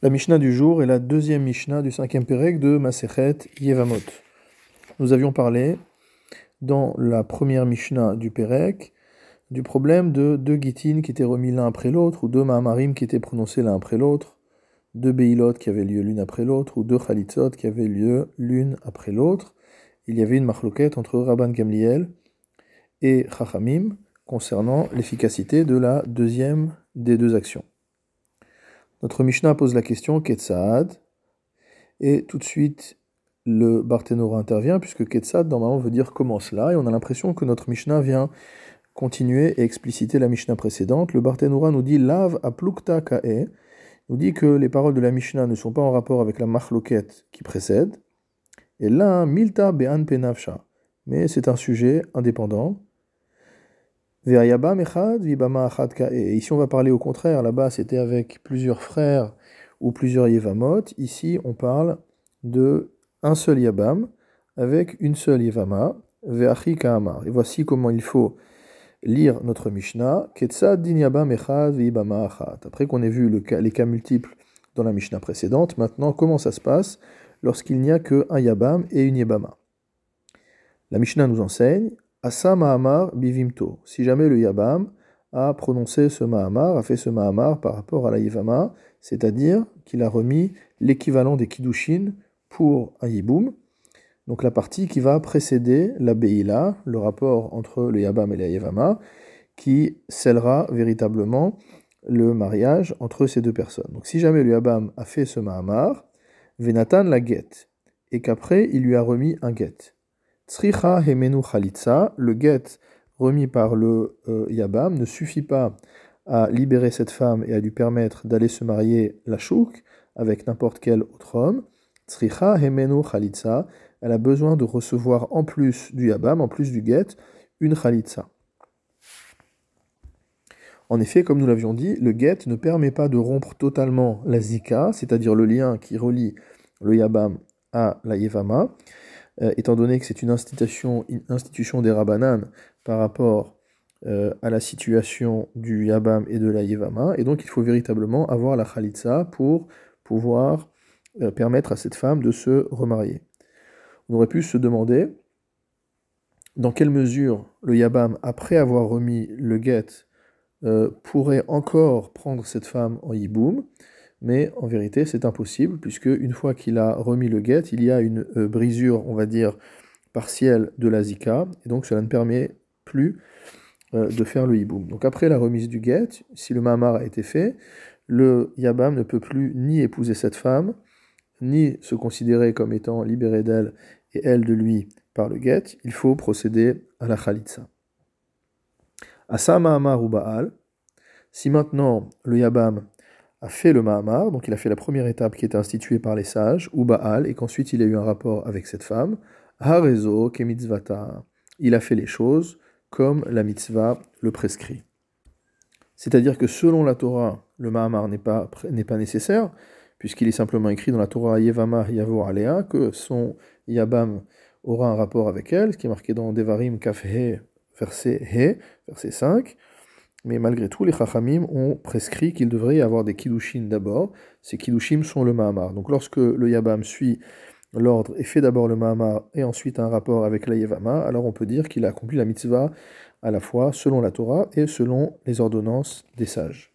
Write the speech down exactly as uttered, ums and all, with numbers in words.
La Mishnah du jour est la deuxième Mishnah du cinquième Pérec de Masechet Yevamot. Nous avions parlé dans la première Mishnah du Pérec du problème de deux Gittin qui étaient remis l'un après l'autre, ou deux Mahamarim qui étaient prononcés l'un après l'autre, deux Beilot qui avaient lieu l'une après l'autre, ou deux Chalitzot qui avaient lieu l'une après l'autre. Il y avait une marloquette entre Rabban Gamliel et Chachamim concernant l'efficacité de la deuxième des deux actions. Notre Mishnah pose la question Ketsaad, et tout de suite le Barthénora intervient, puisque Ketsaad normalement veut dire comment cela, et on a l'impression que notre Mishnah vient continuer et expliciter la Mishnah précédente. Le Barthénora nous dit Lav aplukta ka'e, nous dit que les paroles de la Mishnah ne sont pas en rapport avec la machloket qui précède, et là, milta be'an penavsha, mais c'est un sujet indépendant. Et ici on va parler au contraire, là-bas c'était avec plusieurs frères ou plusieurs Yevamot, ici on parle de un seul Yabam avec une seule Yevama, Ve'achi Ka'amar. Et voici comment il faut lire notre Mishnah, Ketsad din Yabam echad ve'ibama achat. Après qu'on ait vu le cas, les cas multiples dans la Mishnah précédente, maintenant comment ça se passe lorsqu'il n'y a qu'un Yabam et une Yebama. La Mishnah nous enseigne Asa Mahamar bivimto. Si jamais le Yabam a prononcé ce Mahamar, a fait ce Mahamar par rapport à la Yevama, c'est-à-dire qu'il a remis l'équivalent des Kiddushin pour un Yiboum, donc la partie qui va précéder la Beila, le rapport entre le Yabam et la Yevama, qui scellera véritablement le mariage entre ces deux personnes. Donc si jamais le Yabam a fait ce Mahamar, Venatan la get, et qu'après il lui a remis un get. Tzricha hemenu chalitza, le get remis par le euh, Yabam ne suffit pas à libérer cette femme et à lui permettre d'aller se marier la chouk avec n'importe quel autre homme. Tzricha hemenu chalitza, elle a besoin de recevoir en plus du Yabam, en plus du get, une chalitza. En effet, comme nous l'avions dit, le get ne permet pas de rompre totalement la zika, c'est-à-dire le lien qui relie le Yabam à la Yevama, Euh, étant donné que c'est une institution, une institution des Rabbanan par rapport euh, à la situation du Yabam et de la Yevama, et donc il faut véritablement avoir la Khalitsa pour pouvoir euh, permettre à cette femme de se remarier. On aurait pu se demander dans quelle mesure le Yabam, après avoir remis le get, euh, pourrait encore prendre cette femme en Yiboum, mais en vérité c'est impossible, puisque une fois qu'il a remis le get, il y a une euh, brisure, on va dire, partielle de la zika, et donc cela ne permet plus euh, de faire le hiboum. Donc après la remise du get, si le mahamar a été fait, le yabam ne peut plus ni épouser cette femme, ni se considérer comme étant libéré d'elle et elle de lui par le get, il faut procéder à la khalitsa. Asa mahamar ou baal, si maintenant le yabam a fait le Mahamar, donc il a fait la première étape qui était instituée par les sages, ou Baal, et qu'ensuite il a eu un rapport avec cette femme, Harezo kemitzvata, il a fait les choses comme la mitzvah le prescrit. C'est-à-dire que selon la Torah, le Mahamar n'est pas, n'est pas nécessaire, puisqu'il est simplement écrit dans la Torah Yevama Yavo Alea, que son Yabam aura un rapport avec elle, ce qui est marqué dans Devarim Kaf He, verset He, verset cinq. Mais malgré tout, les Chachamim ont prescrit qu'il devrait y avoir des Kiddushin d'abord. Ces Kiddushin sont le Mahamar. Donc lorsque le Yabam suit l'ordre et fait d'abord le Mahamar et ensuite un rapport avec la Yevama, alors on peut dire qu'il a accompli la mitzvah à la fois selon la Torah et selon les ordonnances des sages.